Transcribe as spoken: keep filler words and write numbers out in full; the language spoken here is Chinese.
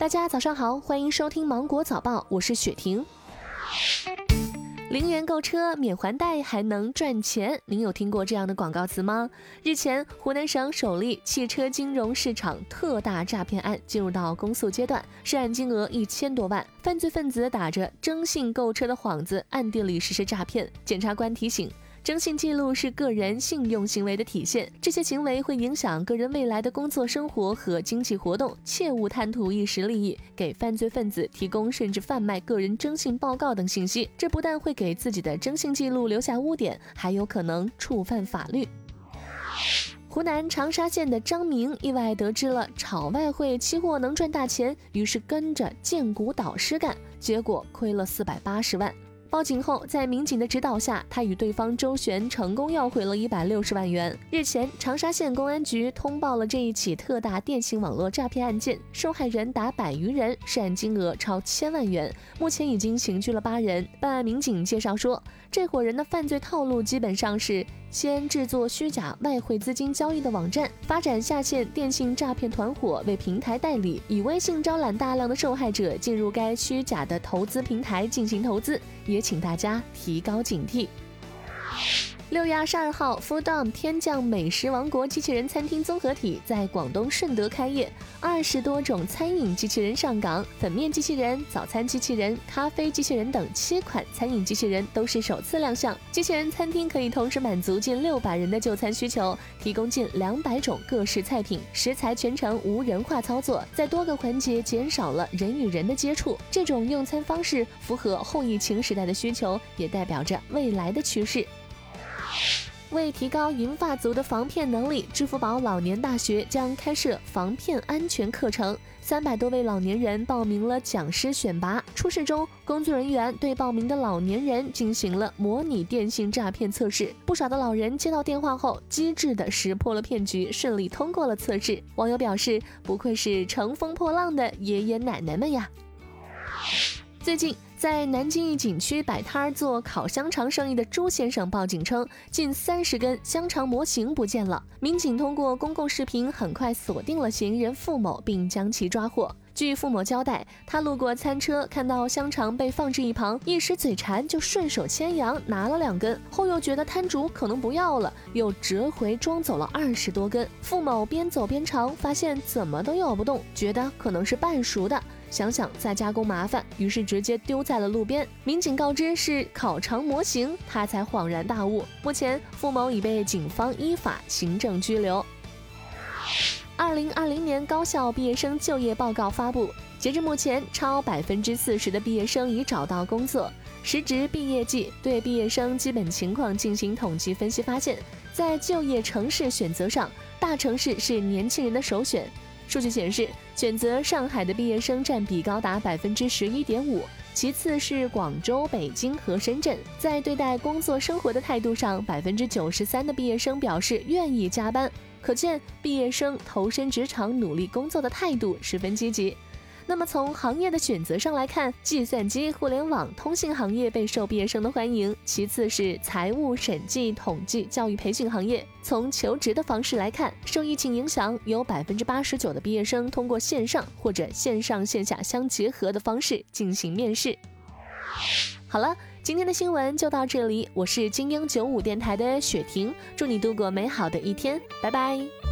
大家早上好，欢迎收听芒果早报，我是雪婷。零元购车免还贷还能赚钱，您有听过这样的广告词吗？日前，湖南省首例汽车金融市场特大诈骗案进入到公诉阶段，涉案金额一千多万，犯罪分子打着征信购车的幌子，暗地里实施诈骗。检察官提醒，征信记录是个人信用行为的体现，这些行为会影响个人未来的工作生活和经济活动，切勿贪图一时利益，给犯罪分子提供甚至贩卖个人征信报告等信息，这不但会给自己的征信记录留下污点，还有可能触犯法律。湖南长沙县的张明意外得知了炒外汇期货能赚大钱，于是跟着荐股导师干，结果亏了四百八十万。报警后，在民警的指导下，他与对方周旋，成功要回了一百六十万元。日前，长沙县公安局通报了这一起特大电信网络诈骗案件，受害人达百余人，涉案金额超千万元。目前已经刑拘了八人。办案民警介绍说，这伙人的犯罪套路基本上是先制作虚假外汇资金交易的网站，发展下线电信诈骗团伙为平台代理，以微信招揽大量的受害者进入该虚假的投资平台进行投资，也请大家提高警惕。六月二十二号 Foodom 天降美食王国机器人餐厅综合体在广东顺德开业，二十多种餐饮机器人上岗，粉面机器人、早餐机器人、咖啡机器人等七款餐饮机器人都是首次亮相。机器人餐厅可以同时满足近六百人的就餐需求，提供近两百种各式菜品，食材全程无人化操作，在多个环节减少了人与人的接触。这种用餐方式符合后疫情时代的需求，也代表着未来的趋势。为提高银发族的防骗能力，支付宝老年大学将开设防骗安全课程。三百多位老年人报名了讲师选拔，初试中，工作人员对报名的老年人进行了模拟电信诈骗测试。不少的老人接到电话后，机智地识破了骗局，顺利通过了测试。网友表示，不愧是乘风破浪的爷爷奶奶们呀！最近，在南京一景区摆摊做烤香肠生意的朱先生报警称，近三十根香肠模型不见了。民警通过公共视频很快锁定了嫌疑人付某，并将其抓获。据付某交代，他路过餐车，看到香肠被放置一旁，一时嘴馋就顺手牵羊拿了两根，后又觉得摊主可能不要了，又折回装走了二十多根。付某边走边尝，发现怎么都咬不动，觉得可能是半熟的，想想再加工麻烦，于是直接丢在了路边。民警告知是烤肠模型，他才恍然大悟。目前，付某已被警方依法行政拘留。二零二零年高校毕业生就业报告发布，截至目前，超百分之四十的毕业生已找到工作。时值毕业季，对毕业生基本情况进行统计分析，发现，在就业城市选择上，大城市是年轻人的首选。数据显示，选择上海的毕业生占比高达百分之十一点五，其次是广州、北京和深圳。在对待工作生活的态度上，百分之九十三的毕业生表示愿意加班，可见毕业生投身职场、努力工作的态度十分积极。那么从行业的选择上来看，计算机、互联网、通信行业备受毕业生的欢迎，其次是财务、审计、统计、教育培训行业。从求职的方式来看，受疫情影响，有百分之八十九的毕业生通过线上或者线上线下相结合的方式进行面试。好了，今天的新闻就到这里，我是精英九五电台的雪婷，祝你度过美好的一天，拜拜。